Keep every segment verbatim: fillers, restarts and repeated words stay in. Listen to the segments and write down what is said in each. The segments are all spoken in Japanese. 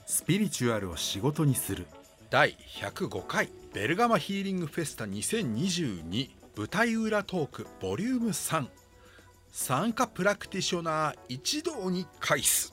スピリチュアルを仕事にするだいひゃくごかいベルガマヒーリングフェスタにせんにじゅうに舞台裏トークボリュームさん、参加プラクティショナー一堂に会す。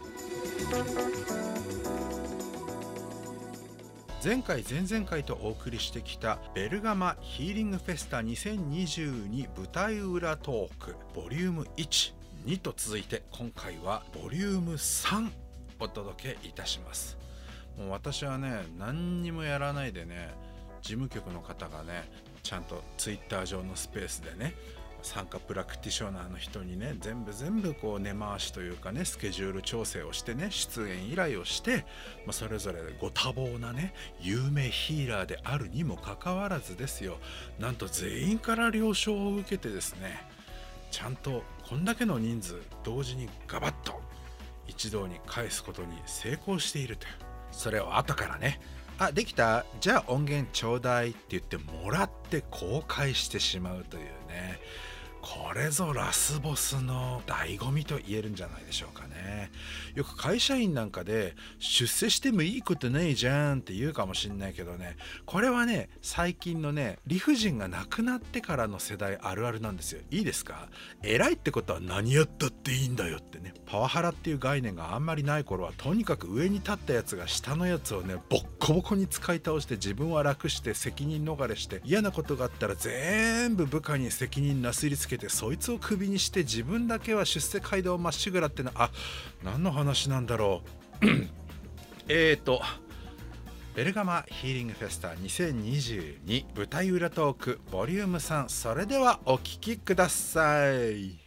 前回前々回とお送りしてきたベルガマヒーリングフェスタにせんにじゅうに舞台裏トークボリュームいち、にと続いて今回はボリュームさんお届けいたします。もう私はね、何にもやらないでね、事務局の方がね、ちゃんとツイッター上のスペースでね、参加プラクティショナーの人にね、全部全部こう根回しというかね、スケジュール調整をしてね、出演依頼をして、まあ、それぞれご多忙なね有名ヒーラーであるにもかかわらずですよ、なんと全員から了承を受けてですね、ちゃんとこんだけの人数同時にガバッと一堂に返すことに成功しているという。それを後からね、あ、できた、じゃあ音源ちょうだいって言ってもらって公開してしまうというね、これぞラスボスの醍醐味と言えるんじゃないでしょうかね。よく会社員なんかで出世してもいいことないじゃんって言うかもしんないけどね、これはね、最近のね理不尽がなくなってからの世代あるあるなんですよ。いいですか、偉いってことは何やったっていいんだよってね。パワハラっていう概念があんまりない頃は、とにかく上に立ったやつが下のやつをねボッコボコに使い倒して、自分は楽して責任逃れして、嫌なことがあったら全部部下に責任なすりつけて、そいつをクビにして自分だけは出世街道まっしぐらっての、あ、何の話なんだろうえーとベルガマヒーリングフェスタにせんにじゅうに舞台裏トークボリュームさん、それではお聞きください。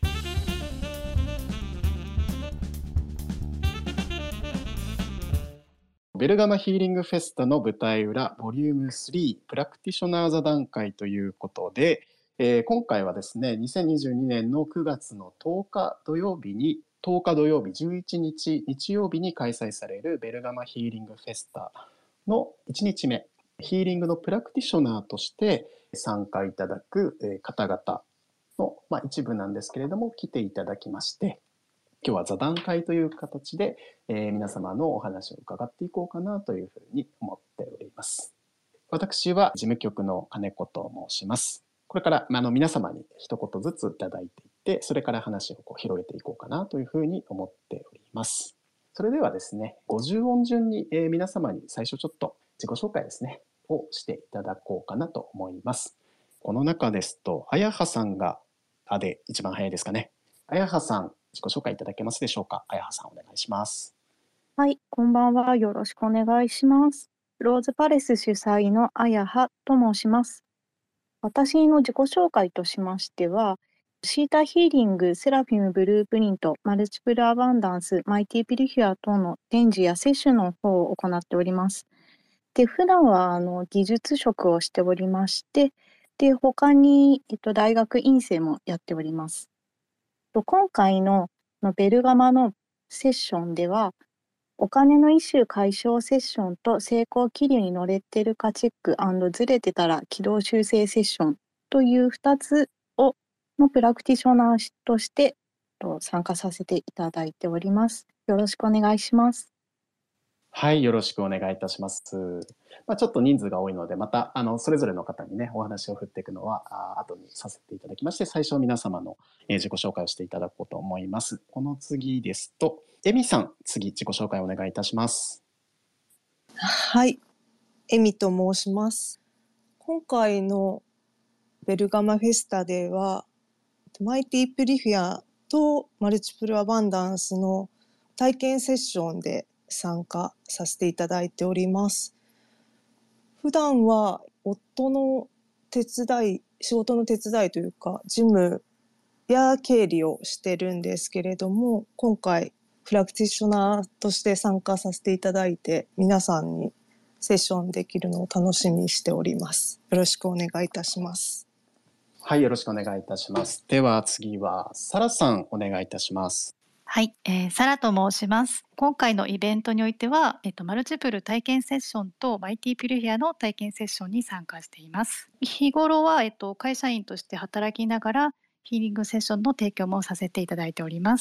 ベルガマヒーリングフェスタの舞台裏ボリュームスリープラクティショナー座談会ということで、えー、今回はですね、にせんにじゅうにねんのくがつのとおか土曜日にとおか土曜日、じゅういちにち日曜日に開催されるベルガマヒーリングフェスタのいちにちめ、ヒーリングのプラクティショナーとして参加いただく方々の、まあ、一部なんですけれども来ていただきまして、今日は座談会という形で、えー、皆様のお話を伺っていこうかなというふうに思っております。私は事務局の金子と申します。これから、まあ、あの皆様に一言ずついただいていって、それから話をこう広げていこうかなというふうに思っております。それではですね、ごじゅう音順に、えー、皆様に最初ちょっと自己紹介ですねをしていただこうかなと思います。この中ですと、あやはさんがあで一番早いですかね。あやはさん、自己紹介いただけますでしょうか。あやはさん、お願いします。 はい、こんばんは。よろしくお願いします。ローズパレス主催のあやはと申します。私の自己紹介としましては、シータヒーリング、セラフィムブループリント、マルチプルアバンダンス、マイティピリフィア等の展示や接種の方を行っております。で、普段はあの技術職をしておりまして、で、他に、えっと、大学院生もやっております。と今回ののベルガマのセッションでは、お金のイシュー解消セッションと成功気流に乗れてるかチェック&ずれてたら軌道修正セッションというふたつをのプラクティショナーとしてと参加させていただいております。よろしくお願いします。 はい、よろしくお願いいたします。まあ、ちょっと人数が多いので、またあのそれぞれの方にねお話を振っていくのはあ後にさせていただきまして、最初皆様の、えー、自己紹介をしていただこうと思います。この次ですと、エミさん、次自己紹介をお願いいたします。 はい、エミと申します。今回のベルガマフェスタでは、マイティプリフィアとマルチプルアバンダンスの体験セッションで参加させていただいております。普段は夫の手伝い、仕事の手伝いというか、事務や経理をしてるんですけれども、今回プラクティショナーとして参加させていただいて、皆さんにセッションできるのを楽しみにしております。よろしくお願いいたします。 はい、よろしくお願いいたします。では次はサラさん、お願いいたします。 はい、えー、サラと申します。今回のイベントにおいては、えっと、マルチプル体験セッションとマイティピルフィアの体験セッションに参加しています。日頃は、えっと、会社員として働きながらヒーリングセッションの提供もさせていただいております。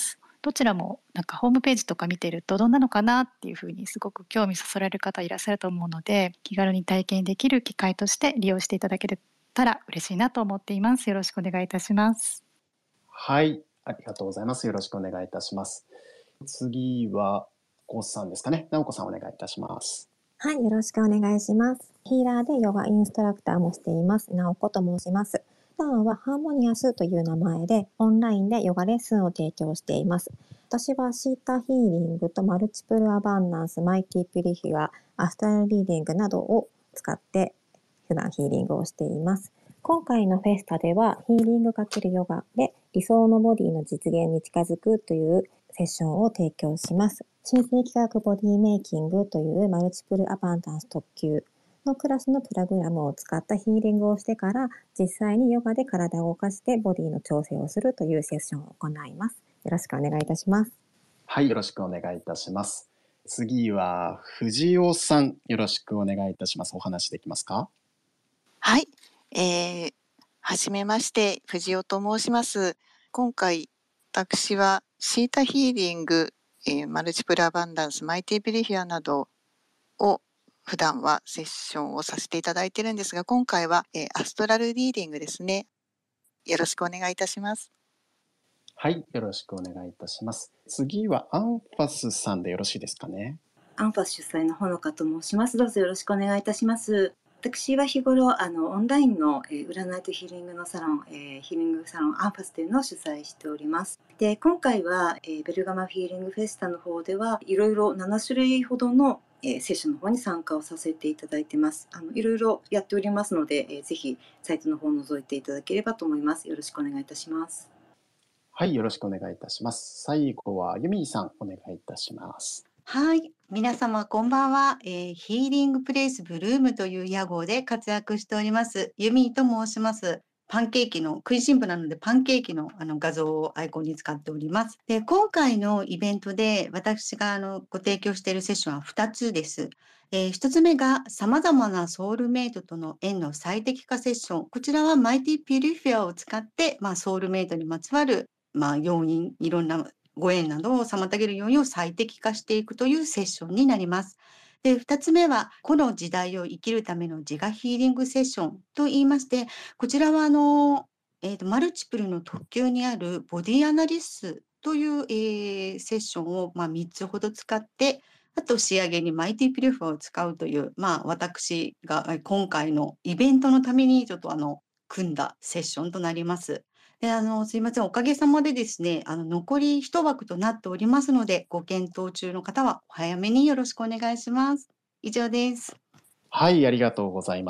どちらもなんかホームページとか見てるとどんなのかなっていうふうにすごく興味そそられる方いらっしゃると思うので、気軽に体験できる機会として利用していただけたら嬉しいなと思っています。よろしくお願いいたします。 はい、ありがとうございます。よろしくお願いいたします。次はコウさんですかね。直子さんお願いいたします。 はい、よろしくお願いします。ヒーラーでヨガインストラクターもしています。直子と申します。普段はハーモニアスという名前でオンラインでヨガレッスンを提供しています。私はシータヒーリングとマルチプルアバンナンス、マイティピュリフィア、アストラルリーディングなどを使って普段ヒーリングをしています。今回のフェスタではヒーリング×ヨガで理想のボディの実現に近づくというセッションを提供します。新生企画ボディメイキングというマルチプルアバンダンス特急のクラスのプログラムを使ったヒーリングをしてから実際にヨガで体を動かしてボディの調整をするというセッションを行います。よろしくお願いいたします。 はい、よろしくお願いいたします。次は藤尾さん、よろしくお願いいたします。お話できますか？ はい、えー、はじめまして、藤尾と申します。今回私はシータヒーリング、えー、マルチプルアバンダンス、マイティピリフィアなどを普段はセッションをさせていただいているんですが、今回は、えー、アストラルリーディングですね。よろしくお願いいたします。 はい、よろしくお願いいたします。次はアンファスさんでよろしいですかね。 アンファス主催のほのかと申します。どうぞよろしくお願いいたします。私は日頃あのオンラインの、えー、占いとヒーリングのサロン、えー、ヒーリングサロンアンファスというのを主催しております。で、今回は、えー、ベルガマフィーリングフェスタの方ではいろいろなな種類ほどの、えー、セッションの方に参加をさせていただいてます。あのいろいろやっておりますので、えー、ぜひサイトの方を覗いていただければと思います。よろしくお願いいたします。 はい、よろしくお願いいたします。最後はユミさんお願いいたします。 はい、皆様こんばんは、えー、ヒーリングプレイスブルームという屋号で活躍しておりますユミと申します。パンケーキの食いしん坊なのでパンケーキのあの画像をアイコンに使っております。で、今回のイベントで私があのご提供しているセッションはふたつです。えー、ひとつめが様々なソウルメイトとの縁の最適化セッション。こちらはマイティピュリフィアを使って、まあ、ソウルメイトにまつわる、まあ、要因、いろんなご縁などを妨げる要因を最適化していくというセッションになります。で、ふたつめは、この時代を生きるための自我ヒーリングセッションと言いまして、こちらはあの、えーと、マルチプルの特急にあるボディアナリスという、えー、セッションを、まあ、みっつほど使って、あと仕上げにマイティピルファを使うという、まあ、私が今回のイベントのためにちょっとあの組んだセッションとなります。で、あの、すいません。おかげさまでですね、あの、残り一枠となっておりますので、ご検討中の方はお早めによろしくお願いします。以上です。 はい、ありがとうございます。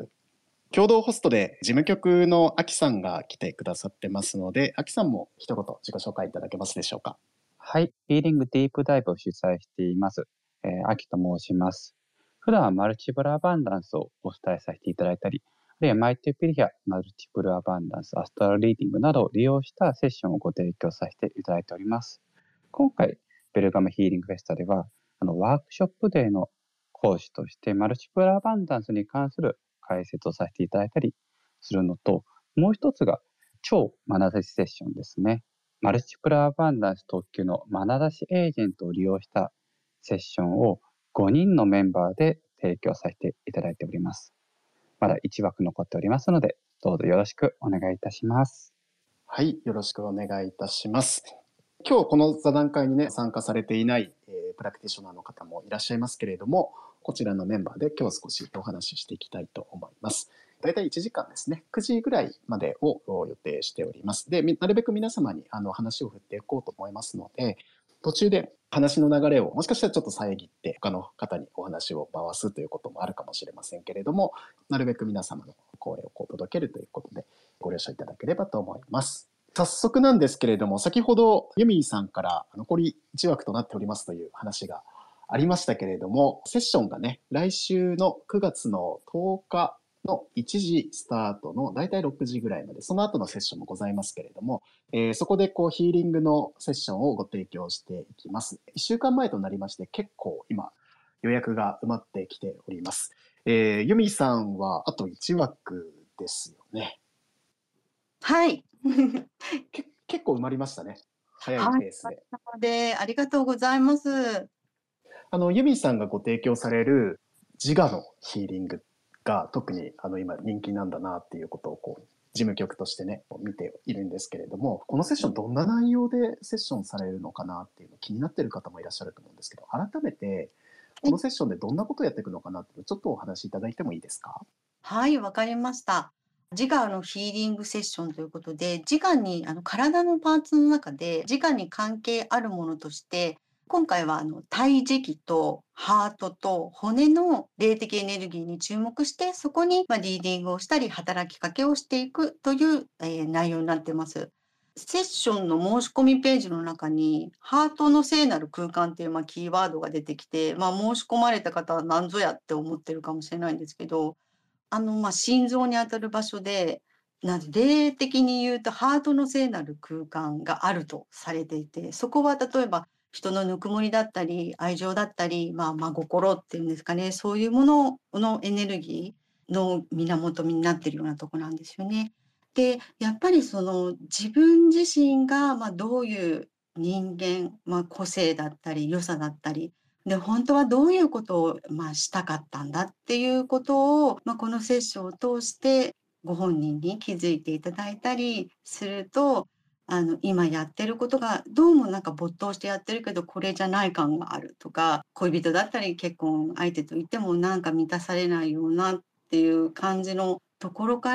共同ホストで事務局のアキさんが来てくださってますので、アキさんも一言自己紹介いただけますでしょうか。 はい、ヒーリングディープダイブを主催しています、えー、アキと申します。普段はマルチプルアバンダンスをお伝えさせていただいたり、あるいはマイティピリフィア、マルチプルアバンダンス、アストラルリーディングなどを利用したセッションをご提供させていただいております。今回、ベルガムヒーリングフェスタでは、あのワークショップデーの講師としてマルチプルアバンダンスに関する解説をさせていただいたりするのと、もう一つが超眼差しセッションですね。マルチプルアバンダンス特急の眼差しエージェントを利用したセッションをごにんのメンバーで提供させていただいております。まだいち枠残っておりますので、どうぞよろしくお願いいたします。 はい、よろしくお願いいたします。今日この座談会にね、参加されていない、えー、プラクティショナーの方もいらっしゃいますけれども、こちらのメンバーで今日少しお話ししていきたいと思います。だいたいいちじかんですね、くじぐらいまでを予定しております。で、なるべく皆様にあの話を振っていこうと思いますので、途中で話の流れをもしかしたらちょっと遮って他の方にお話を回すということもあるかもしれませんけれども、なるべく皆様の声をこう届けるということでご了承いただければと思います。早速なんですけれども、先ほどユミさんから残りいち枠となっておりますという話がありましたけれども、セッションがね、来週のくがつのとおかのいちじスタートのだいたいろくじぐらいまで、その後のセッションもございますけれども、えー、そこでこうヒーリングのセッションをご提供していきます。いっしゅうかんまえとなりまして、結構今予約が埋まってきております。えー、ユミさんはあといち枠ですよね。 はい。 け結構埋まりましたね。 早いはい、 ペースで。 お疲れ様でありがとうございます。 あのユミさんがご提供される自我のヒーリングが特にあの今人気なんだなっていうことをこう事務局としてね見ているんですけれども、このセッションどんな内容でセッションされるのかなっていうの気になっている方もいらっしゃると思うんですけど、改めてこのセッションでどんなことをやっていくのかなっていうのをちょっとお話しいただいてもいいですか？ はい、わかりました。自我のヒーリングセッションということで、自我にあの体のパーツの中で自我に関係あるものとして、今回はあの体磁気とハートと骨の霊的エネルギーに注目して、そこにまあリーディングをしたり働きかけをしていくという、えー内容になっています。セッションの申し込みページの中に、ハートの聖なる空間っていうまあキーワードが出てきて、まあ、申し込まれた方は何ぞやって思ってるかもしれないんですけど、あの、まあ、心臓にあたる場所で、なんで霊的に言うとハートの聖なる空間があるとされていて、そこは例えば人のぬくもりだったり、愛情だったり、まあ、真心っていうんですかね、そういうもののエネルギーの源になってるようなとこなんですよね。で、やっぱりその自分自身が、まあ、どういう人間、まあ、個性だったり、良さだったり、で、本当はどういうことを、まあ、したかったんだっていうことを、まあ、このセッションを通してご本人に気づいていただいたりすると、あの、今やってることがどうもなんか没頭してやってるけど、これじゃない感があるとか、恋人だったり結婚相手といってもなんか満たされないようなっていう感じのところから、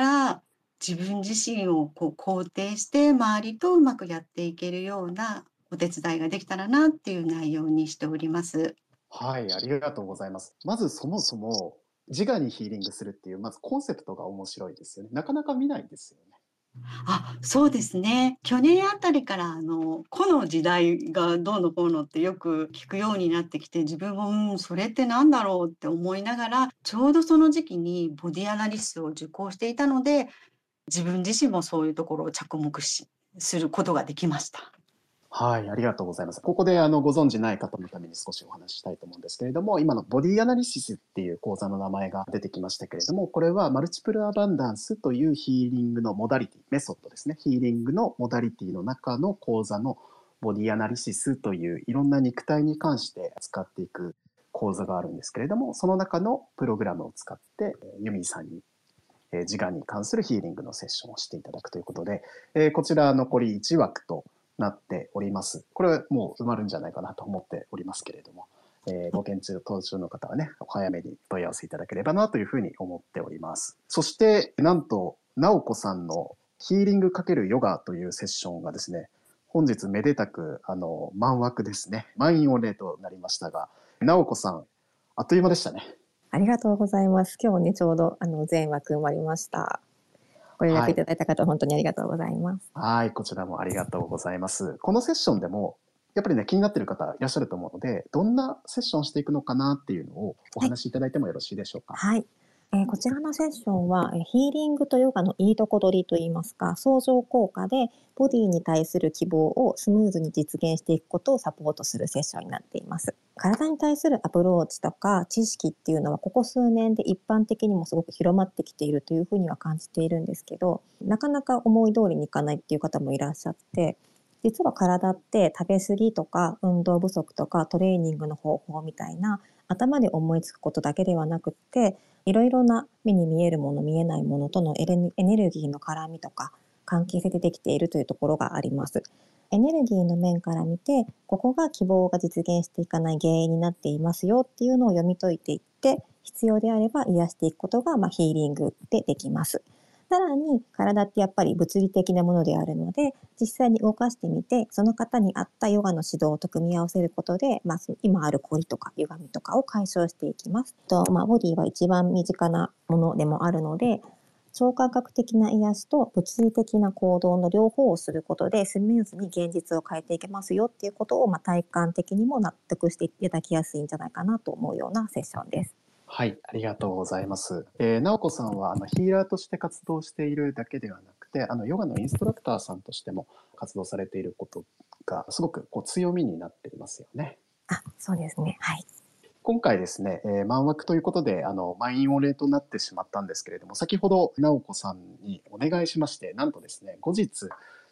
自分自身をこう肯定して周りとうまくやっていけるようなお手伝いができたらなっていう内容にしております。 はい、ありがとうございます。まずそもそも自我にヒーリングするっていうまずコンセプトが面白いですよね。なかなか見ないですよね。 あ、そうですね。去年あたりからあの個の時代がどうのこうのってよく聞くようになってきて、自分も、うん、それってなんだろうって思いながら、ちょうどその時期にボディアナリストを受講していたので、自分自身もそういうところを着目しすることができました。 はい、ありがとうございます。ここであのご存じない方のために少しお話ししたいと思うんですけれども、今のボディアナリシスっていう講座の名前が出てきましたけれども、これはマルチプルアバンダンスというヒーリングのモダリティ、メソッドですね。ヒーリングのモダリティの中の講座のボディアナリシスといういろんな肉体に関して使っていく講座があるんですけれども、その中のプログラムを使ってユミさんに自我に関するヒーリングのセッションをしていただくということで、こちら残りいち枠となっております。これはもう埋まるんじゃないかなと思っておりますけれども、えー、ご検討途中の方はね、お早めに問い合わせいただければなというふうに思っております。そして、なんと、直子さんのヒーリング×ヨガというセッションがですね、本日めでたく、あの、満枠ですね。満員御礼となりましたが、直子さん、あっという間でしたね。 ありがとうございます。今日ね、ちょうどあの全枠埋まりました。ご予約いただいた方、はい、本当にありがとうございます。 はい、こちらもありがとうございます。このセッションでも、やっぱりね、気になっている方いらっしゃると思うので、どんなセッションしていくのかなっていうのをお話しいただいてもよろしいでしょうか。 はい。はいえー、こちらのセッションは、ヒーリングとヨガのいいとこ取りといいますか、相乗効果でボディに対する希望をスムーズに実現していくことをサポートするセッションになっています。体に対するアプローチとか知識っていうのは、ここ数年で一般的にもすごく広まってきているというふうには感じているんですけど、なかなか思い通りにいかないっていう方もいらっしゃって、実は体って食べ過ぎとか運動不足とかトレーニングの方法みたいな頭で思いつくことだけではなくって、いろいろな目に見えるもの見えないものとのエネルギーの絡みとか関係性でできているというところがあります。エネルギーの面から見て、ここが希望が実現していかない原因になっていますよっていうのを読み解いていって、必要であれば癒していくことがまあヒーリングでできます。さらに体ってやっぱり物理的なものであるので、実際に動かしてみて、その方に合ったヨガの指導と組み合わせることで、まあ、今ある凝りとか歪みとかを解消していきます。と、まあ、ボディは一番身近なものでもあるので、超感覚的な癒しと物理的な行動の両方をすることでスムーズに現実を変えていけますよっていうことを、まあ、体感的にも納得していただきやすいんじゃないかなと思うようなセッションです。 はい、ありがとうございます。えー、直子さんはあのヒーラーとして活動しているだけではなくて、あのヨガのインストラクターさんとしても活動されていることがすごくこう強みになっていますよね。 あ、そうですね。はい。 今回ですね、えー、満枠ということであの満員御礼となってしまったんですけれども、先ほど直子さんにお願いしまして、なんとですね、後日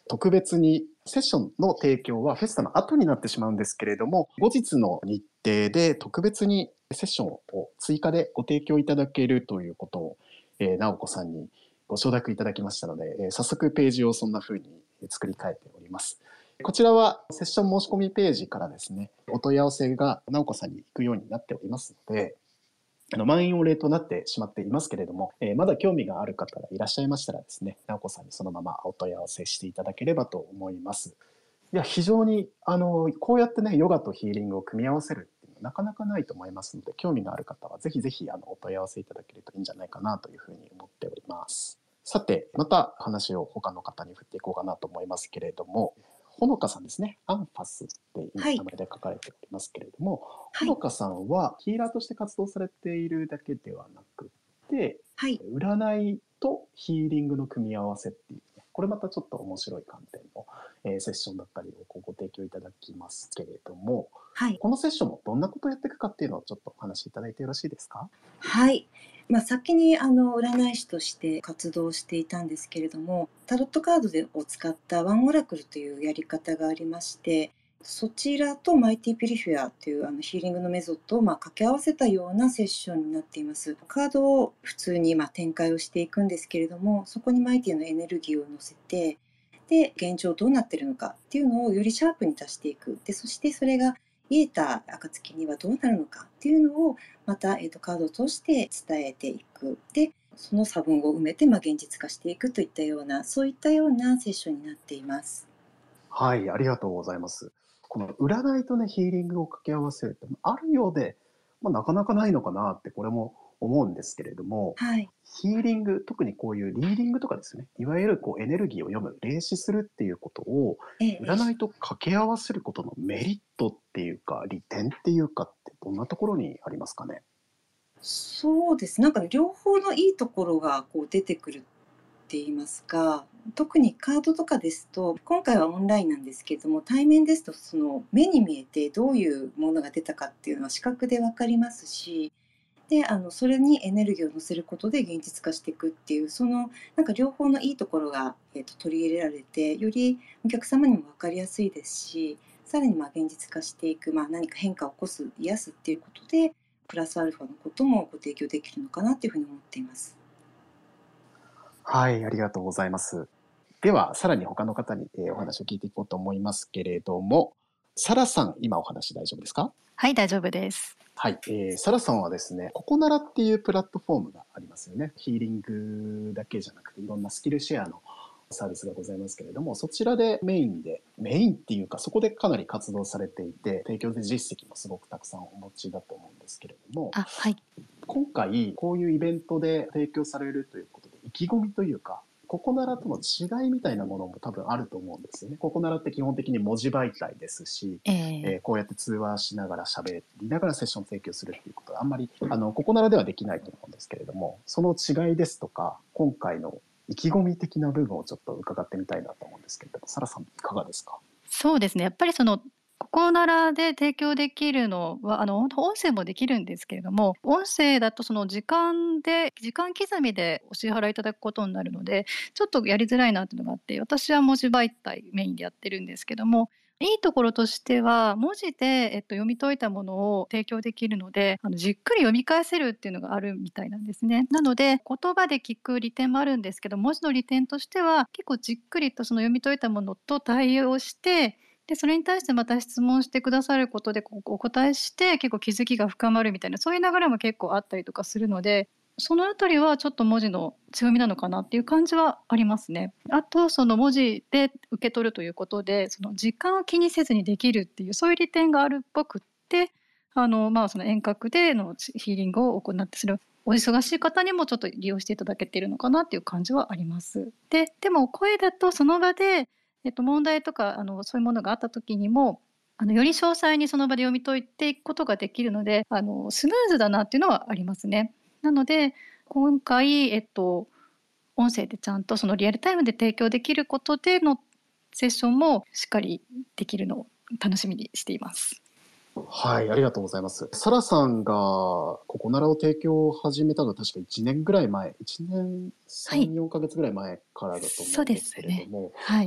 特別にセッションの提供はフェスタの後になってしまうんですけれども、後日の日程で特別にセッションを追加でご提供いただけるということを、えー、直子さんにご承諾いただきましたので、えー、早速ページをそんな風に作り変えております。こちらはセッション申し込みページからですね、お問い合わせが直子さんに行くようになっておりますので、あの満員御礼となってしまっていますけれども、えー、まだ興味がある方がいらっしゃいましたらですね、直子さんにそのままお問い合わせしていただければと思います。いや、非常にあのこうやってね、ヨガとヒーリングを組み合わせるっていうのはなかなかないと思いますので、興味がある方はぜひぜひあのお問い合わせいただけるといいんじゃないかなというふうに思っております。さて、また話を他の方に振っていこうかなと思いますけれども、ほのかさんですね、アンファスっていう名前で書かれておりますけれども、はい、ほのかさんはヒーラーとして活動されているだけではなくて、はい、占いとヒーリングの組み合わせっていう、ね、これまたちょっと面白い観点の、えー、セッションだったりをご提供いただきますけれども、はい、このセッションもどんなことをやっていくかっていうのをちょっとお話しいただいてよろしいですか？ はい。まあ、先にあの占い師として活動していたんですけれども、タロットカードでを使ったワンオラクルというやり方がありまして、そちらとマイティピリフィアというあのヒーリングのメソッドをまあ掛け合わせたようなセッションになっています。カードを普通にまあ展開をしていくんですけれども、そこにマイティのエネルギーを乗せて、で現状どうなってるのかっていうのをよりシャープに出していく。でそしてそれが癒えた暁にはどうなるのかっていうのをまた、えー、とカードを通して伝えていく。でその差分を埋めて、まあ、現実化していくといったような、そういったようなセッションになっています。 はい、ありがとうございます。この占いとねヒーリングを掛け合わせるってあるようで、まあ、なかなかないのかなってこれも思うんですけれども、はい、ヒーリング、特にこういうリーディングとかですね、いわゆるこうエネルギーを読む、霊視するっていうことを占いと掛け合わせることのメリットっていうか利点っていうかってどんなところにありますかね？ そうです。なんか両方のいいところがこう出てくるって言いますか、特にカードとかですと、今回はオンラインなんですけれども、対面ですとその目に見えてどういうものが出たかっていうのは視覚で分かりますし、であのそれにエネルギーを乗せることで現実化していくっていう、そのなんか両方のいいところが、えー、と取り入れられて、よりお客様にも分かりやすいですし、さらにまあ現実化していく、まあ、何か変化を起こす、癒すっていうことでプラスアルファのこともご提供できるのかなというふうに思っています。 はい、ありがとうございます。ではさらに他の方に、えー、お話を聞いていこうと思いますけれども、サラさん、今お話大丈夫ですか？ はい、大丈夫です。 はい、えー、サラさんはですね、ココナラっていうプラットフォームがありますよね。ヒーリングだけじゃなくていろんなスキルシェアのサービスがございますけれども、そちらでメインでメインっていうかそこでかなり活動されていて、提供で実績もすごくたくさんお持ちだと思うんですけれども、 あ、はい、 今回こういうイベントで提供されるということで意気込みというか、ココナラとの違いみたいなものも多分あると思うんですよね。ココナラって基本的に文字媒体ですし、えーえー、こうやって通話しながら喋りながらセッション提供するっていうことはあんまりあのココナラではできないと思うんですけれども、その違いですとか今回の意気込み的な部分をちょっと伺ってみたいなと思うんですけれども、サラさんいかがですか？ そうですね、やっぱりそのココナラで提供できるのはあの本当音声もできるんですけれども、音声だとその時間で時間刻みでお支払いいただくことになるので、ちょっとやりづらいなっていうのがあって、私は文字媒体メインでやってるんですけども、いいところとしては文字で、えっと、読み解いたものを提供できるので、あのじっくり読み返せるっていうのがあるみたいなんですね。なので言葉で聞く利点もあるんですけど、文字の利点としては結構じっくりとその読み解いたものと対応して、でそれに対してまた質問してくださることでお答えして結構気づきが深まるみたいな、そういう流れも結構あったりとかするので、そのあたりはちょっと文字の強みなのかなっていう感じはありますね。あとその文字で受け取るということで、その時間を気にせずにできるっていう、そういう利点があるっぽくって、あの、まあ、その遠隔でのヒーリングを行って、それをお忙しい方にもちょっと利用していただけているのかなっていう感じはあります。で、でも声だとその場でえっと、問題とかあのそういうものがあった時にもあのより詳細にその場で読み解いていくことができるので、あのスムーズだなっていうのはありますね。なので今回、えっと、音声でちゃんとそのリアルタイムで提供できることでのセッションもしっかりできるのを楽しみにしています。 はい、ありがとうございます。サラさんがココナラを提供を始めたのは確かいちねんぐらい前、いちねんさん、よんかげつぐらい前からだと思うんですけれども、 はい、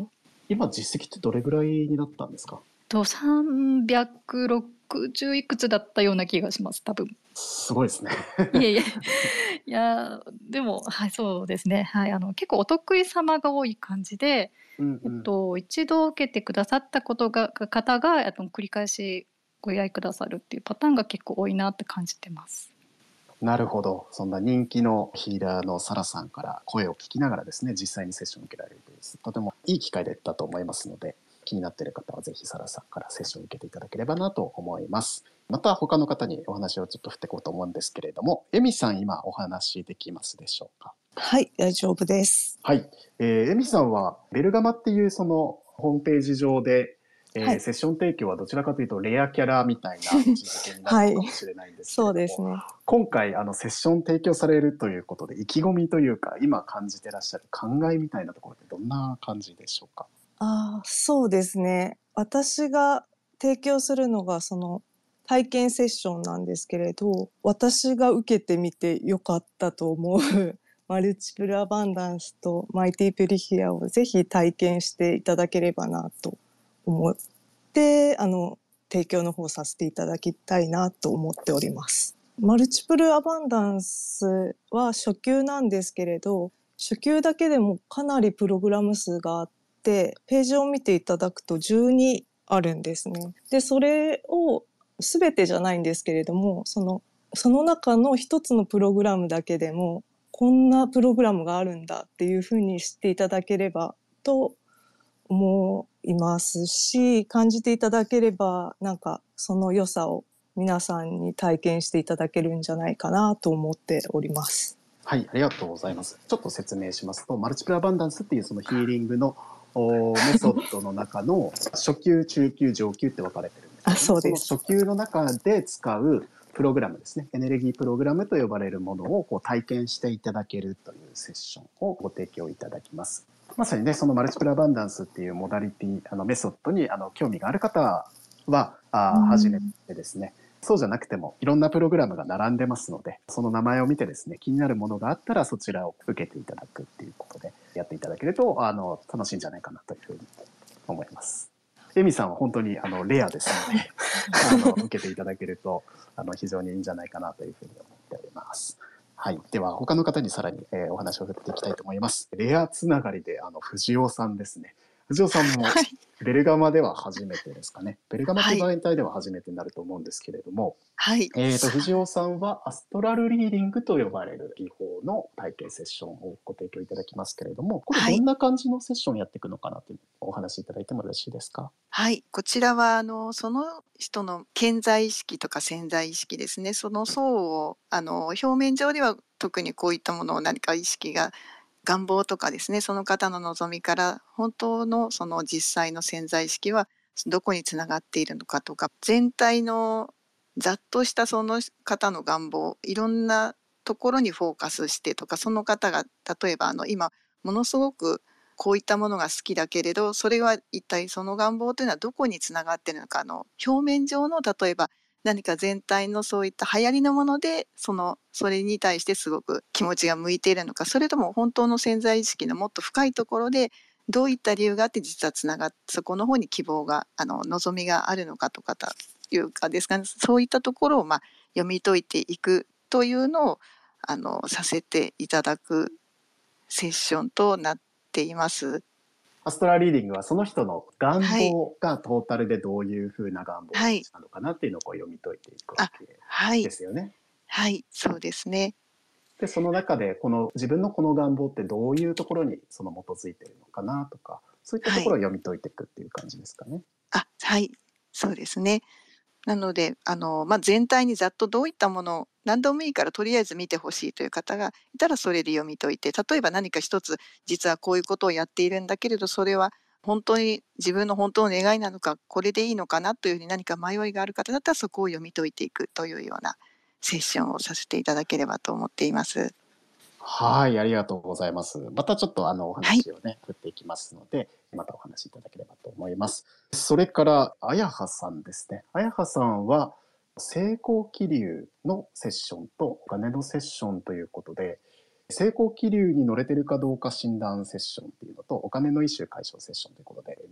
今実績ってどれぐらいになったんですか？ とさんびゃくろくじゅういくつだったような気がします多分。 すごいですね。 いえいえいやでも、はい、そうですね、はい、あの結構お得意様が多い感じで、 うんうん、 えっと、一度受けてくださったことが方があと繰り返しご依頼くださるっていうパターンが結構多いなって感じてます。 なるほど。そんな人気のヒーラーのサラさんから声を聞きながらですね、実際にセッションを受けられるというとてもいい機会だと思いますので、気になっている方はぜひサラさんからセッションを受けていただければなと思います。また他の方にお話をちょっと振っていこうと思うんですけれども、エミさん今お話できますでしょうか？ はい、大丈夫です。 はい、えー、エミさんはベルガマっていうそのホームページ上でえーはい、セッション提供はどちらかというとレアキャラみたいな位置づけになるのかもしれないんですけれども、はい、そうですね、今回あのセッション提供されるということで意気込みというか今感じてらっしゃる考えみたいなところってどんな感じでしょうか？ あ、そうですね、私が提供するのがその体験セッションなんですけれど、私が受けてみてよかったと思うマルチプルアバンダンスとマイティプリヒアをぜひ体験していただければなと思ってあの提供の方させていただきたいなと思っております。マルチプルアバンダンスは初級なんですけれど、初級だけでもかなりプログラム数があってページを見ていただくとじゅうにあるんですね。でそれを全てじゃないんですけれども、そのその中の一つのプログラムだけでもこんなプログラムがあるんだっていうふうに知っていただければと思いますし、感じていただければなんかその良さを皆さんに体験していただけるんじゃないかなと思っております。 はい、ありがとうございます。ちょっと説明しますと、マルチプルアバンダンスっていうそのヒーリングのメソッドの中の初級、中級、上級って分かれてるんですけど、ね、あ、そうです。その初級の中で使うプログラムですね、エネルギープログラムと呼ばれるものをこう体験していただけるというセッションをご提供いただきます。まさにね、そのマルチプルアバンダンスっていうモダリティ、あのメソッドにあの興味がある方はあ初めてですね、そうじゃなくてもいろんなプログラムが並んでますので、その名前を見てですね、気になるものがあったらそちらを受けていただくっていうことでやっていただけるとあの楽しいんじゃないかなというふうに思います。エミさんは本当にあのレアですのであの受けていただけるとあの非常にいいんじゃないかなというふうに思っております。はい、では他の方にさらに、えー、お話を振っていきたいと思います。レアつながりであの藤尾さんですね。藤尾さんもベルガマでは初めてですかね。ベルガマという場合体では初めてになると思うんですけれども、 はい、 えーと藤尾さんはアストラルリーディングと呼ばれる技法の体験セッションをご提供いただきますけれども、これどんな感じのセッションをやっていくのかなというお話いただいてもよろしいですか？ はい、こちらはあのその人の潜在意識とか潜在意識ですね、その層をあの表面上では特にこういったものを何か意識が願望とかですね、その方の望みから本当のその実際の潜在意識はどこにつながっているのかとか、全体のざっとしたその方の願望、いろんなところにフォーカスしてとか、その方が例えばあの今ものすごくこういったものが好きだけれど、それは一体その願望というのはどこにつながっているのか、あの表面上の例えば何か全体のそういった流行りのものでそのそれに対してすごく気持ちが向いているのか、それとも本当の潜在意識のもっと深いところでどういった理由があって実はつながってそこの方に希望があの望みがあるのかとかというかですかね、そういったところをまあ読み解いていくというのをあのさせていただくセッションとなっています。 アストラリーディングはその人の願望がトータルでどういうふうな願望なのかなっていうのをこう読み解いていくわけですよね。 はい、はい、そうですね。 でその中でこの自分のこの願望ってどういうところにその基づいているのかなとか、そういったところを読み解いていくっていう感じですかね。 はい、あ、はい、そうですね。なのであの、まあ、全体にざっとどういったものを何でもいいからとりあえず見てほしいという方がいたらそれで読み解いて、例えば何か一つ実はこういうことをやっているんだけれどそれは本当に自分の本当の願いなのか、これでいいのかなというふうに何か迷いがある方だったらそこを読み解いていくというようなセッションをさせていただければと思っています。 はい、ありがとうございます。またちょっとあのお話をね、はい、振っていきますので、またお話しいただければと思います。それからあやはさんですね。あやはさんは成功気流のセッションとお金のセッションということで、成功気流に乗れてるかどうか診断セッションっていうのとお金のイシュー解消セッションということで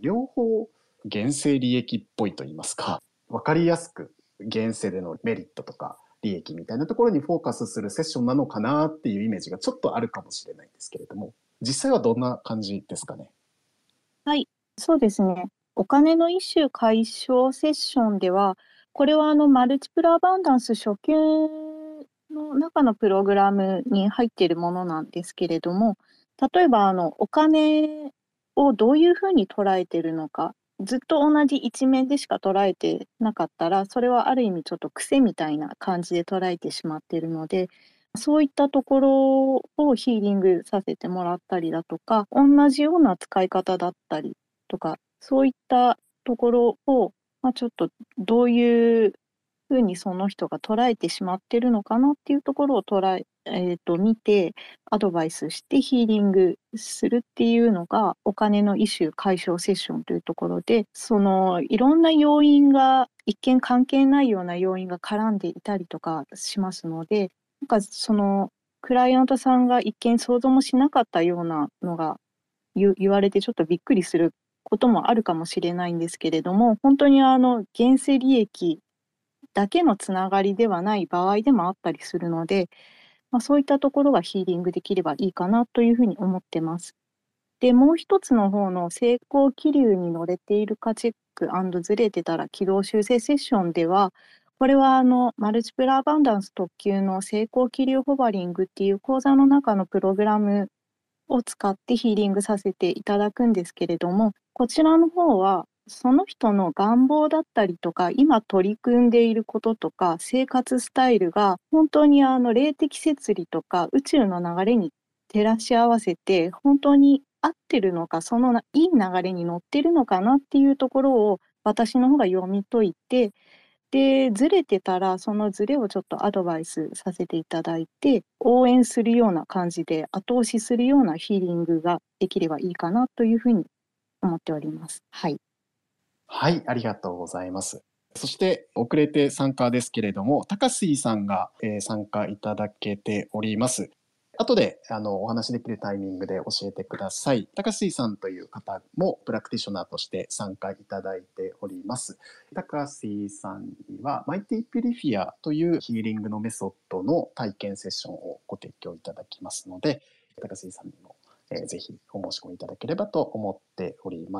両方現世利益っぽいといいますか、分かりやすく現世でのメリットとか利益みたいなところにフォーカスするセッションなのかなっていうイメージがちょっとあるかもしれないんですけれども、実際はどんな感じですかね。 はい、そうですね。お金のイシュー解消セッションでは、これはあのマルチプルアバンダンス初級の中のプログラムに入っているものなんですけれども、例えばあのお金をどういうふうに捉えているのか、ずっと同じ一面でしか捉えてなかったら、それはある意味ちょっと癖みたいな感じで捉えてしまっているので、そういったところをヒーリングさせてもらったりだとか、同じような使い方だったりとか、そういったところを、まあ、ちょっとどういうふうにその人が捉えてしまってるのかなっていうところを捉え、えーと、見て、アドバイスしてヒーリングするっていうのが、お金のイシュー解消セッションというところで、そのいろんな要因が、一見関係ないような要因が絡んでいたりとかしますので、なんかそのクライアントさんが一見想像もしなかったようなのが言言われてちょっとびっくりすることもあるかもしれないんですけれども、本当にあの現世利益だけのつながりではない場合でもあったりするので、まあ、そういったところがヒーリングできればいいかなというふうに思ってます。で、もう一つの方の成功気流に乗れているかチェック&ずれてたら軌道修正セッションでは、これはあのマルチプルアバンダンス特級の成功気流ホバリングっていう講座の中のプログラムを使ってヒーリングさせていただくんですけれども、こちらの方はその人の願望だったりとか、今取り組んでいることとか、生活スタイルが本当にあの霊的摂理とか宇宙の流れに照らし合わせて、本当に合ってるのか、そのいい流れに乗ってるのかなっていうところを私の方が読み解いて、で、ずれてたら、そのずれをちょっとアドバイスさせていただいて、応援するような感じで、後押しするようなヒーリングができればいいかなというふうに思っております。はい。 はい、ありがとうございます。そして遅れて参加ですけれども、高杉さんが、えー参加いただけております。後であのお話できるタイミングで教えてください。高杉さんという方もプラクティショナーとして参加いただいております。高杉さんにはマイティピュリフィアというヒーリングのメソッドの体験セッションをご提供いただきますので、高杉さんにも、えーぜひお申し込みいただければと思っております。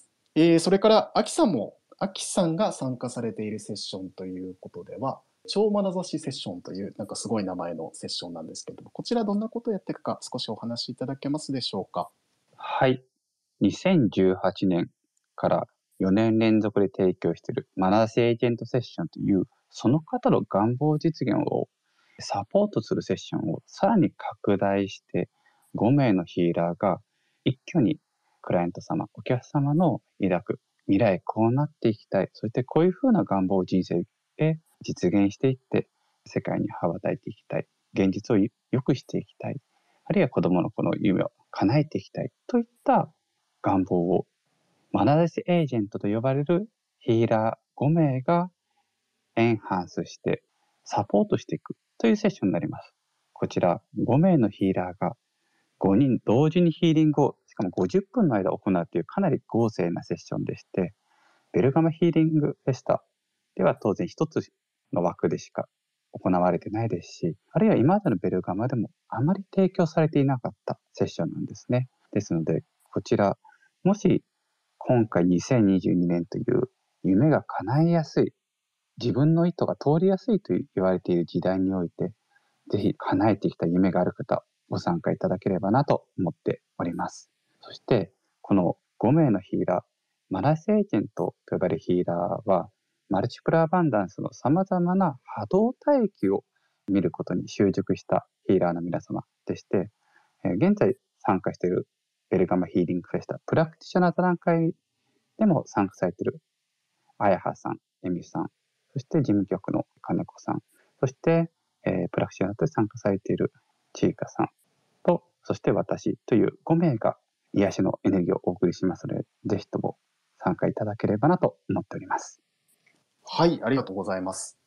えーそれからアキさんもアキさんが参加されているセッションということでは、超眼差しセッションというなんかすごい名前のセッションなんですけれども、こちらどんなことをやっていくか少しお話しいただけますでしょうか。 はい。にせんじゅうはちねんからよねん連続で提供している眼差しエージェントセッションという、その方の願望実現をサポートするセッションをさらに拡大して、ごめいのヒーラーが一挙にクライアント様、お客様の抱く未来こうなっていきたい、そしてこういうふうな願望を人生で実現していって世界に羽ばたいていきたい、現実を良くしていきたい、あるいは子どものこの夢を叶えていきたいといった願望を眼差しエージェントと呼ばれるヒーラーごめいがエンハンスしてサポートしていくというセッションになります。こちらごめいのヒーラーがごにん同時にヒーリングをしかもごじゅっぷんの間行うというかなり豪勢なセッションでして、ベルガマヒーリングフェスタでは当然一つの枠でしか行われてないですし、あるいは今までのベルガマでもあまり提供されていなかったセッションなんですね。ですので、こちら、もし今回にせんにじゅうにねんという夢が叶えやすい、自分の意図が通りやすいと言われている時代において、ぜひ叶えてきた夢がある方、ご参加いただければなと思っております。そして、このごめいのヒーラー、眼差しエージェントと呼ばれるヒーラーは、マルチプルアバンダンスの様々な波動帯域を見ることに習熟したヒーラーの皆様でして、現在参加しているベルガマヒーリングフェスタ、プラクティショナー座談会でも参加されているあやはさん、えみさん、そして事務局の金子さん、そして、えー、プラクティショナーとして参加されているちいかさんと、そして私というごめいが癒しのエネルギーをお送りしますので、ぜひとも参加いただければなと思っております。 はい、ありがとうございます。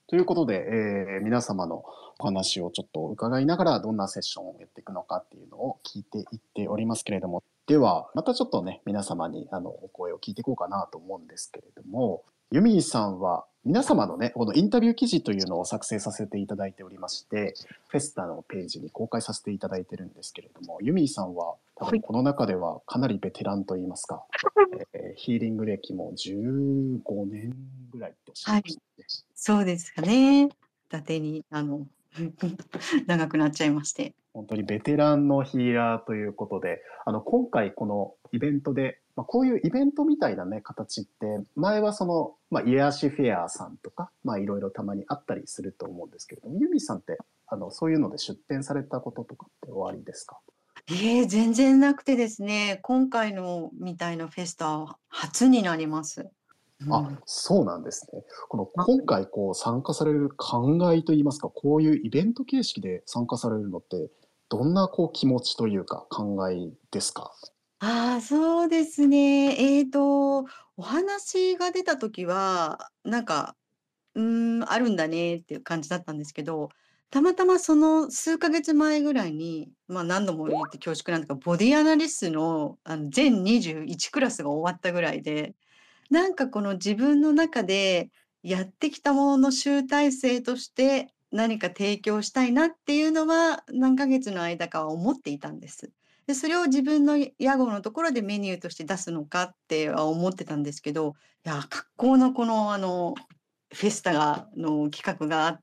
ということで、えー皆様のお話をちょっと伺いながらどんなセッションをやっていくのかっていうのを聞いていっておりますけれども、ではまたちょっとね皆様にあのお声を聞いていこうかなと思うんですけれども、ユミさんは皆様のねこのインタビュー記事というのを作成させていただいておりまして、フェスタのページに公開させていただいてるんですけれども、ユミさんは多分この中ではかなりベテランといいますか、えーヒーリング歴もじゅうごねんぐらいっておっしゃはいい、 ましたね。 そうですかね。伊達にあの長くなっちゃいまして。 本当にベテランのヒーラーということで、あの今回このイベントで、まあ、こういうイベントみたいなね形って前はその、まあ、癒しフェアさんとか、まあ、いろいろたまにあったりすると思うんですけれども、ユミさんってあのそういうので出展されたこととかっておありですか？ ええ、全然なくてですね、今回のみたいなフェスタは初になります。うあ、 ん。 そうなんですね。このは今い。 回こう参加される考えといいますか、こういうイベント形式で参加されるのって、どんなこう気持ちというか考えですか？ ああ、そうですね。えっと、お話が出た時は、なんか、うーん、あるんだねっていう感じだったんですけど、たまたまその数ヶ月前ぐらいに、まあ、何度も言って恐縮なんですが、ボディアナリストの、あの、全にじゅういちクラスが終わったぐらいで、なんかこの自分の中でやってきたものの集大成として何か提供したいなっていうのは何ヶ月の間かは思っていたんです。で、それを自分の屋号のところでメニューとして出すのかっては思ってたんですけど、いや、格好のこのあのフェスタがの企画があって、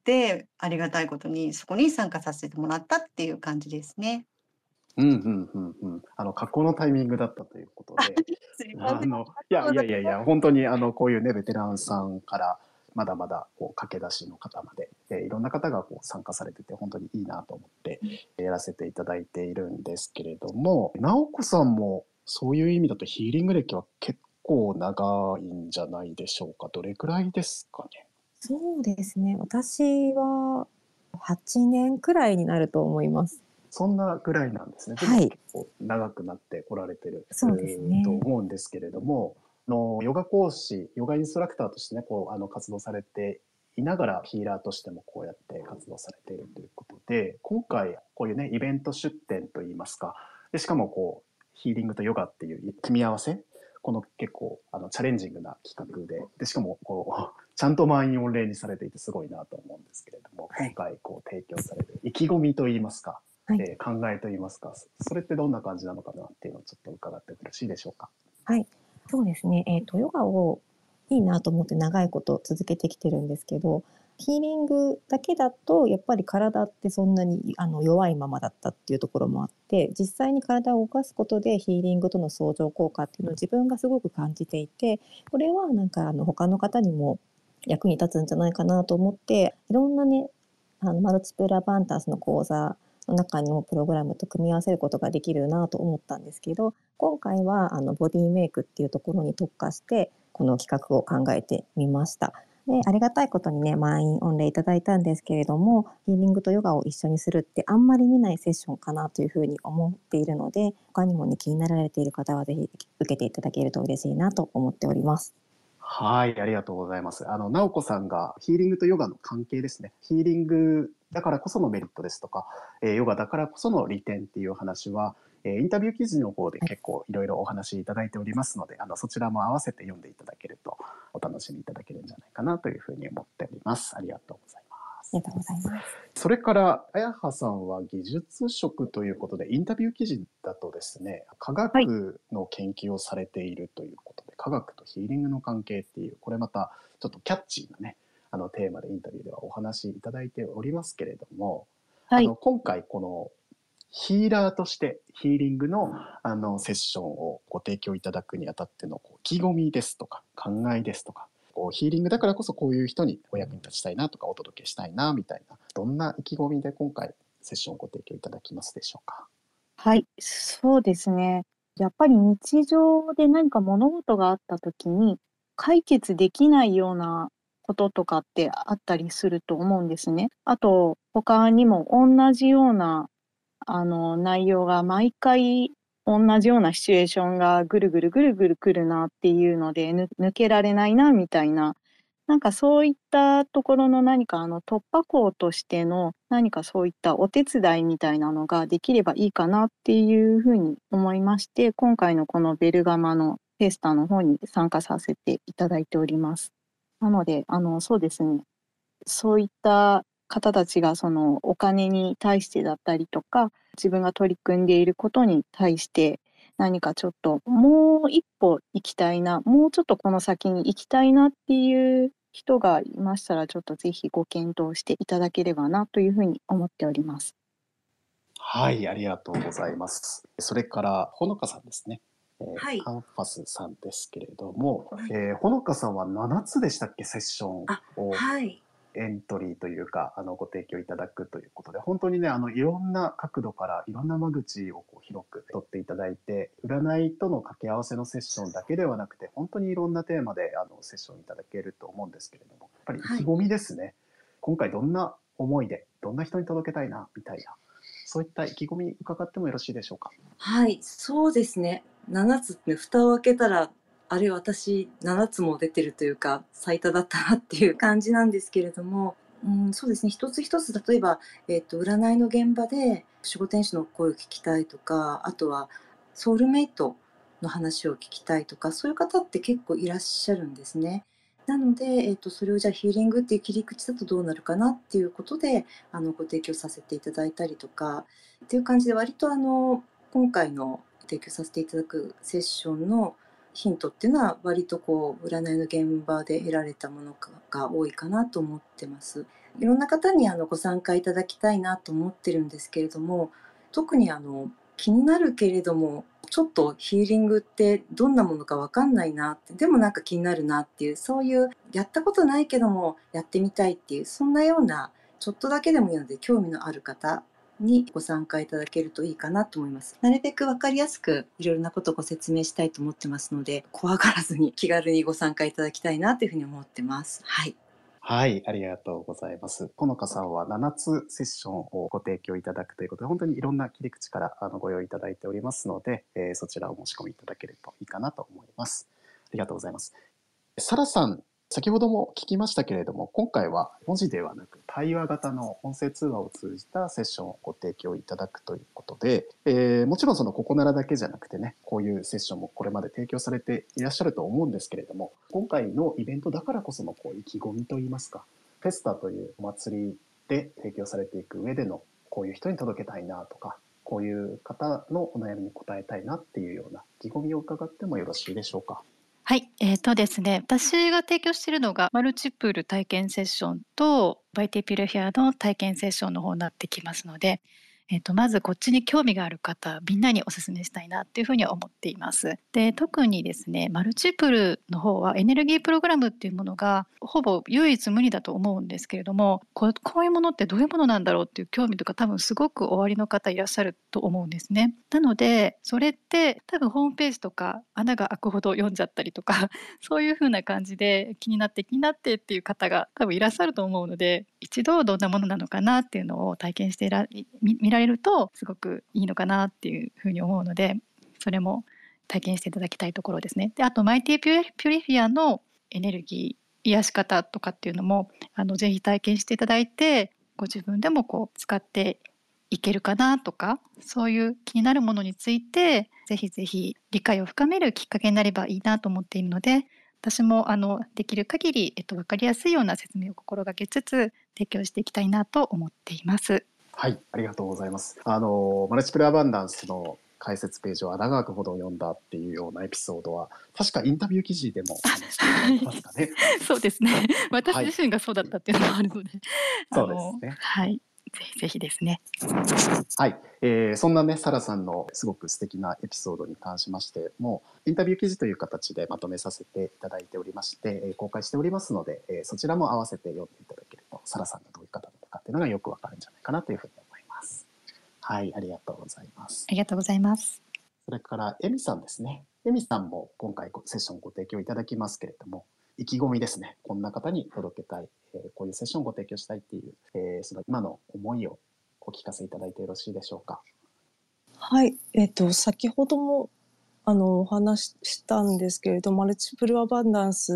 ありがたいことにそこに参加させてもらったっていう感じですね。 うんうんうんうん。あの格好のタイミングだったということで、 すいません。ああのいやりがとうございいやいやいや、本当にあのこういうねベテランさんからまだまだこう駆け出しの方まで、えーいろんな方がこう参加されてて本当にいいなと思ってえーやらせていただいているんですけれども、直子さんもそういう意味だとヒーリング歴は結構長いんじゃないでしょうか。どれくらいですかね。 そうですね。私ははちねんくらいになると思います。 そんなぐらいなんですね。ではい。 も結構長くなってこられてるそうですうーとね。 思うんですけれども、あのヨガ講師、ヨガインストラクターとしてね、こうあの活動されていながらヒーラーとしてもこうやって活動されているということで、今回こういうねイベント出展といいますか、でしかもこうヒーリングとヨガっていう組み合わせ、この結構あのチャレンジングな企画で、でしかもこうちゃんと満員御礼にされていてすごいなと思うんですけれども、今回こう提供される意気込みといいますか、 はい。 えー考えといいますか、それってどんな感じなのかなっていうのをちょっと伺ってよろしいでしょうか。 はい。そうですね。えっと、ヨガをいいなと思って長いこと続けてきてるんですけど、ヒーリングだけだとやっぱり体ってそんなにあの弱いままだったっていうところもあって、実際に体を動かすことでヒーリングとの相乗効果っていうのを自分がすごく感じていて、これはなんかあの他の方にも役に立つんじゃないかなと思って、いろんなね、あのマルチプルアバンダンスの講座の中にもプログラムと組み合わせることができるなと思ったんですけど、今回はあのボディメイクっていうところに特化してこの企画を考えてみました。で、ありがたいことにね、満員御礼いただいたんですけれども、ヒーリングとヨガを一緒にするってあんまり見ないセッションかなというふうに思っているので、他にもね、気になられている方はぜひ受けていただけると嬉しいなと思っております。 はい、ありがとうございます。あの直子さんがヒーリングとヨガの関係ですね。ヒーリングだからこそのメリットですとか、えーヨガだからこその利点っていう話は、えーインタビュー記事の方で結構いろいろお話いただいておりますので、あのそちらも合わせて読んでいただけるとお楽しみいただけるんじゃないかなというふうに思っております。ありがとうございます。 ありがとうございます。 それから綾葉さんは技術職ということで、インタビュー記事だとですね、科はい。 学の研究をされているということで、科学とヒーリングの関係っていう、これまたちょっとキャッチーなね、あのテーマでインタビューではお話しいただいておりますけれども、 はい。 あの今回このヒーラーとしてヒーリングのあのセッションをご提供いただくにあたってのこう意気込みですとか考えですとか、こうヒーリングだからこそこういう人にお役に立ちたいなとかお届けしたいなみたいな、どんな意気込みで今回セッションをご提供いただきますでしょうか。 はい、そうですね。やっぱり日常で何か物事があった時に、解決できないようなこととかってあったりすると思うんですね。あと、他にも同じような、あの、内容が毎回同じようなシチュエーションがぐるぐるぐるぐる来るなっていうので、ぬ抜けられないなみたいななんかそういったところの何かあの突破口としての何かそういったお手伝いみたいなのができればいいかなっていうふうに思いまして、今回のこのベルガマのフェスタの方に参加させていただいております。なので、あの、そうですね、そういった方たちがそのお金に対してだったりとか、自分が取り組んでいることに対して何かちょっともう一歩行きたいな、もうちょっとこの先に行きたいなっていう人がいましたら、ちょっとぜひご検討していただければなというふうに思っております。 はい、ありがとうございます。それからほのかさんですね。えーはい。 アンファスさんですけれども、 はいえーほのかさんはななつでしたっけ、セッションあ、 をはい。 エントリーというかあのご提供いただくということで、本当にね、あのいろんな角度からいろんな間口をこう広く取っていただいて、占いとの掛け合わせのセッションだけではなくて、本当にいろんなテーマであのセッションいただけると思うんですけれども、やっぱり意気込みですね。今回どんな思いでどんな人に届けたいなみたいな、そういった意気込み伺ってもよろしいでしょうか。 はい、そうですね。ななつって蓋を開けたら、あれ私ななつも出てるというか、最多だったなっていう感じなんですけれども、うん、そうですね。一つ一つ例えば、えっと、占いの現場で守護天使の声を聞きたいとか、あとはソウルメイトの話を聞きたいとか、そういう方って結構いらっしゃるんですね。なので、えっと、それをじゃあヒーリングっていう切り口だとどうなるかなっていうことで、あの、ご提供させていただいたりとかっていう感じで、割とあの、今回の提供させていただくセッションのヒントっていうのは割とこう占いの現場で得られたものが多いかなと思ってます。いろんな方にあのご参加いただきたいなと思ってるんですけれども、特にあの気になるけれどもちょっとヒーリングってどんなものか分かんないなって、でもなんか気になるなっていう、そういうやったことないけどもやってみたいっていう、そんなようなちょっとだけでもいいので興味のある方にご参加いただけるといいかなと思います。なるべく分かりやすくいろいろなことをご説明したいと思ってますので、怖がらずに気軽にご参加いただきたいなというふうに思ってます。はい。 はい、ありがとうございます。ほのかさんはななつセッションをご提供いただくということで、本当にいろんな切り口からあのご用意いただいておりますので、えーそちらをお申し込みいただけるといいかなと思います。ありがとうございます。サラさん、先ほども聞きましたけれども、今回は文字ではなく対話型の音声通話を通じたセッションをご提供いただくということで、えーもちろんそのここならだけじゃなくてね、こういうセッションもこれまで提供されていらっしゃると思うんですけれども、今回のイベントだからこそのこう意気込みといいますか、フェスタというお祭りで提供されていく上でのこういう人に届けたいなとか、こういう方のお悩みに答えたいなっていうような意気込みを伺ってもよろしいでしょうか。 はい、えーとですね、私が提供しているのがマルチプール体験セッションとバイティピルフェアの体験セッションの方になってきますので、えーとまずこっちに興味がある方みんなにお勧めしたいなっていうふうに思っています。で、特にですねマルチプルの方はエネルギープログラムっていうものがほぼ唯一無二だと思うんですけれども、こう、こういうものってどういうものなんだろうっていう興味とか多分すごくおありの方いらっしゃると思うんですね。なのでそれって多分ホームページとか穴が開くほど読んじゃったりとかそういう風な感じで気になって気になってっていう方が多分いらっしゃると思うので、一度どんなものなのかなっていうのを体験してら見見られるとすごくいいのかなっていう風に思うので、それも体験していただきたいところですね。で、あとマイティピュリフィアのエネルギー癒し方とかっていうのもあのぜひ体験していただいて、ご自分でもこう使っていけるかなとか、そういう気になるものについてぜひぜひ理解を深めるきっかけになればいいなと思っているので、私もあのできる限り、えっと、分かりやすいような説明を心がけつつ提供していきたいなと思っています。 はい、ありがとうございます。あのマルチプルアバンダンスの解説ページを穴が開くほど読んだっていうようなエピソードは確かインタビュー記事でも話していただいてますかね。 そうですね。私自身がそうだったっていうのもあるので、 そうですね。 はい、ぜひぜひですね。 はい、えー、そんなねサラさんのすごく素敵なエピソードに関しましてもインタビュー記事という形でまとめさせていただいておりまして、えー、公開しておりますので、えー、そちらも合わせて読んでいただけるとサラさんがどういう方だったかっていうのがよくわかるんじゃないかなというふうに思います。はい、ありがとうございます。 ありがとうございます。 それからエミさんですね。エミさんも今回セッションご提供いただきますけれども、意気込みですね。こんな方に届けたい、えー、こういうセッションをご提供したいっていう、えー、その今の思いをお聞かせいただいてよろしいでしょうか。 はい、えっと先ほどもあのお話ししたんですけれど、マルチプルアバンダンス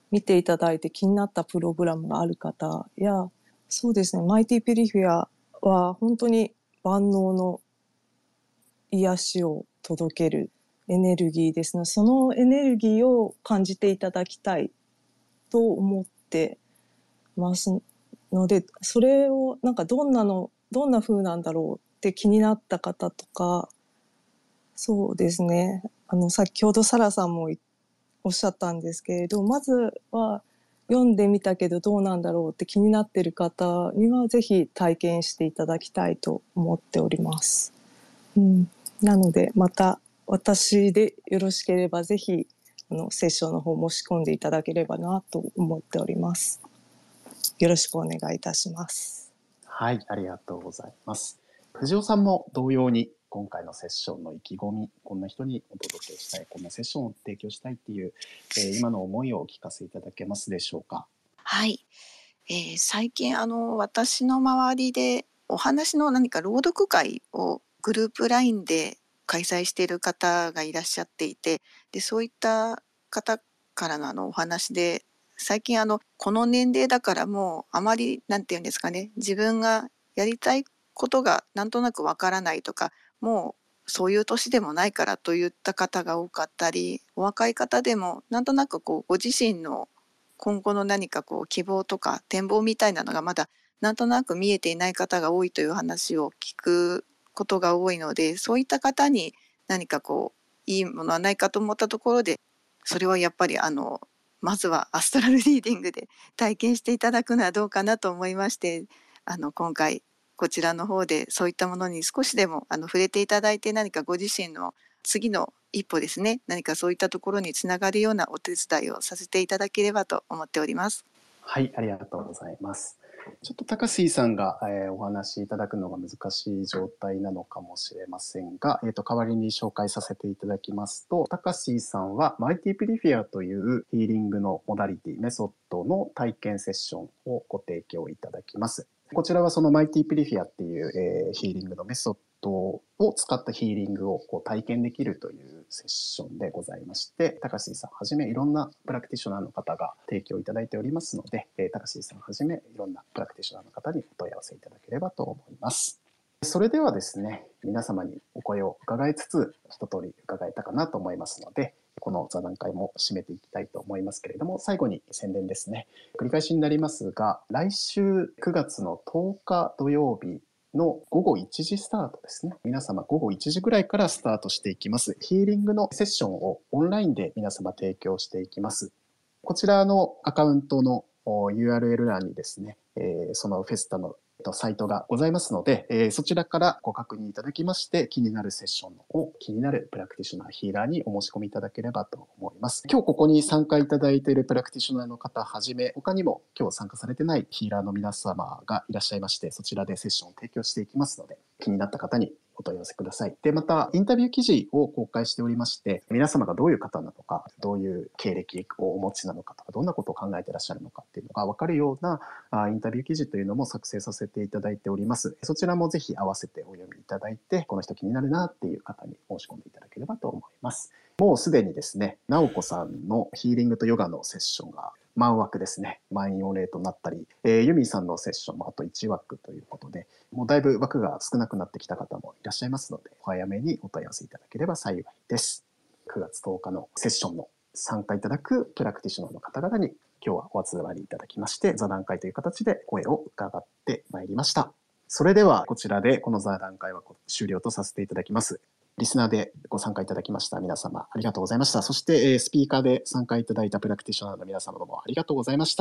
見ていただいて気になったプログラムがある方や、そうですね、マイティペリフィアは本当に万能の癒しを届けるエネルギーですね。そのエネルギーを感じていただきたいと思ってますので、それをなんかどんなの、どんな風なんだろうって気になった方とか、そうですね、あの先ほどサラさんもおっしゃったんですけれど、まずは読んでみたけどどうなんだろうって気になっている方にはぜひ体験していただきたいと思っております。うん、なのでまた私でよろしければぜひあのセッションの方申し込んでいただければなと思っております。よろしくお願いいたします。 はい、ありがとうございます。藤尾さんも同様に今回のセッションの意気込み、こんな人にお届けしたい、こんなセッションを提供したいっていう、えー、今の思いをお聞かせいただけますでしょうか。 はい、えー、最近あの私の周りでお話の何か朗読会をグループラインで開催している方がいらっしゃっていて、でそういった方からのあのお話で、最近あのこの年齢だからもうあまりなんていうんですかね、自分がやりたいことがなんとなくわからないとか、もうそういう年でもないからといった方が多かったり、お若い方でもなんとなくこうご自身の今後の何かこう希望とか展望みたいなのがまだなんとなく見えていない方が多いという話を聞くことが多いので、そういった方に何かこういいものはないかと思ったところで、それはやっぱりあのまずはアストラルリーディングで体験していただくのはどうかなと思いまして、あの今回こちらの方でそういったものに少しでもあの触れていただいて、何かご自身の次の一歩ですね、何かそういったところにつながるようなお手伝いをさせていただければと思っております。 はい、ありがとうございます。ちょっと高杉さんが、えー、お話しいただくのが難しい状態なのかもしれませんが、えーと、代わりに紹介させていただきますと、高杉さんはマイティプリフィアというヒーリングのモダリティ、メソッドの体験セッションをご提供いただきます。こちらはそのマイティプリフィアっていう、えー、ヒーリングのメソッドを使ったヒーリングをこう体験できるというセッションでございまして、高杉さんはじめいろんなプラクティショナーの方が提供いただいておりますので、えー、高杉さんはじめいろんなプラクティショナーの方にお問い合わせいただければと思います。それではですね、皆様にお声を伺いつつ一通り伺えたかなと思いますので、この座談会も締めていきたいと思いますけれども、最後に宣伝ですね。繰り返しになりますが、来週くがつのとおか土曜日のごごいちじスタートですね。皆様ごごいちじぐらいからスタートしていきます。ヒーリングのセッションをオンラインで皆様提供していきます。こちらのアカウントの ユーアールエル 欄にですね、えー、そのフェスタのサイトがございますので、えー、そちらからご確認いただきまして、気になるセッションを気になるプラクティショナー、ヒーラーにお申し込みいただければと思います。今日ここに参加いただいているプラクティショナーの方はじめ、他にも今日参加されてないヒーラーの皆様がいらっしゃいまして、そちらでセッションを提供していきますので、気になった方にお問い合わせください。で、またインタビュー記事を公開しておりまして、皆様がどういう方なのか、どういう経歴をお持ちなのかとか、どんなことを考えていらっしゃるのかっていうのが分かるようなインタビュー記事というのも作成させていただいております。そちらもぜひ合わせてお読みいただいて、この人気になるなっていう方に申し込んでいただければと思います。もうすでにですね、直子さんのヒーリングとヨガのセッションが満枠ですね、満員御礼となったり、えー、ユミさんのセッションもあといち枠ということで、もうだいぶ枠が少なくなってきた方もいらっしゃいますので、お早めにお問い合わせいただければ幸いです。くがつとおかのセッションの参加いただくプラクティショナーの方々に今日はお集まりいただきまして、座談会という形で声を伺ってまいりました。それではこちらでこの座談会は終了とさせていただきます。リスナーでご参加いただきました皆様ありがとうございました。そしてスピーカーで参加いただいたプラクティショナーの皆様どうもありがとうございました。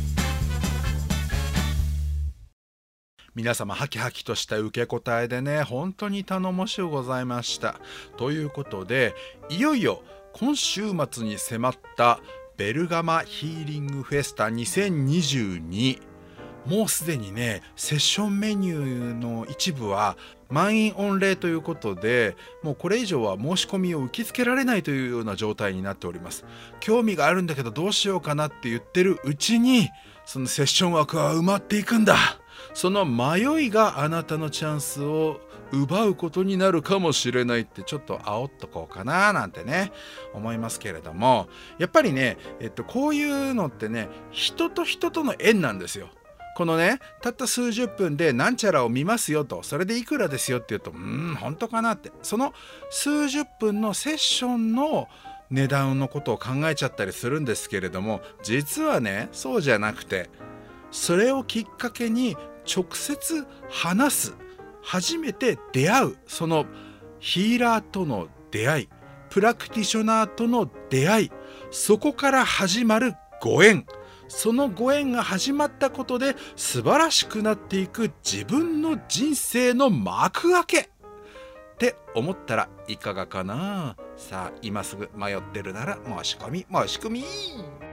皆様ハキハキとした受け答えでね、本当に頼もしゅうございました。ということで、いよいよ今週末に迫ったベルガマヒーリングフェスタにせんにじゅうに、もうすでにね、セッションメニューの一部は満員御礼ということで、もうこれ以上は申し込みを受け付けられないというような状態になっております。興味があるんだけどどうしようかなって言ってるうちに、そのセッション枠は埋まっていくんだ。その迷いがあなたのチャンスを奪うことになるかもしれないって、ちょっと煽っとこうかななんてね思いますけれども、やっぱりね、えっと、こういうのってね、人と人との縁なんですよ。このね、たった数十分でなんちゃらを見ますよと、それでいくらですよって言うと、うーん本当かなって、その数十分のセッションの値段のことを考えちゃったりするんですけれども、実はねそうじゃなくて、それをきっかけに直接話す、初めて出会う、そのヒーラーとの出会い、プラクティショナーとの出会い、そこから始まるご縁、そのご縁が始まったことで素晴らしくなっていく自分の人生の幕開けって思ったらいかがかな。さあ今すぐ迷ってるなら申し込み申し込み。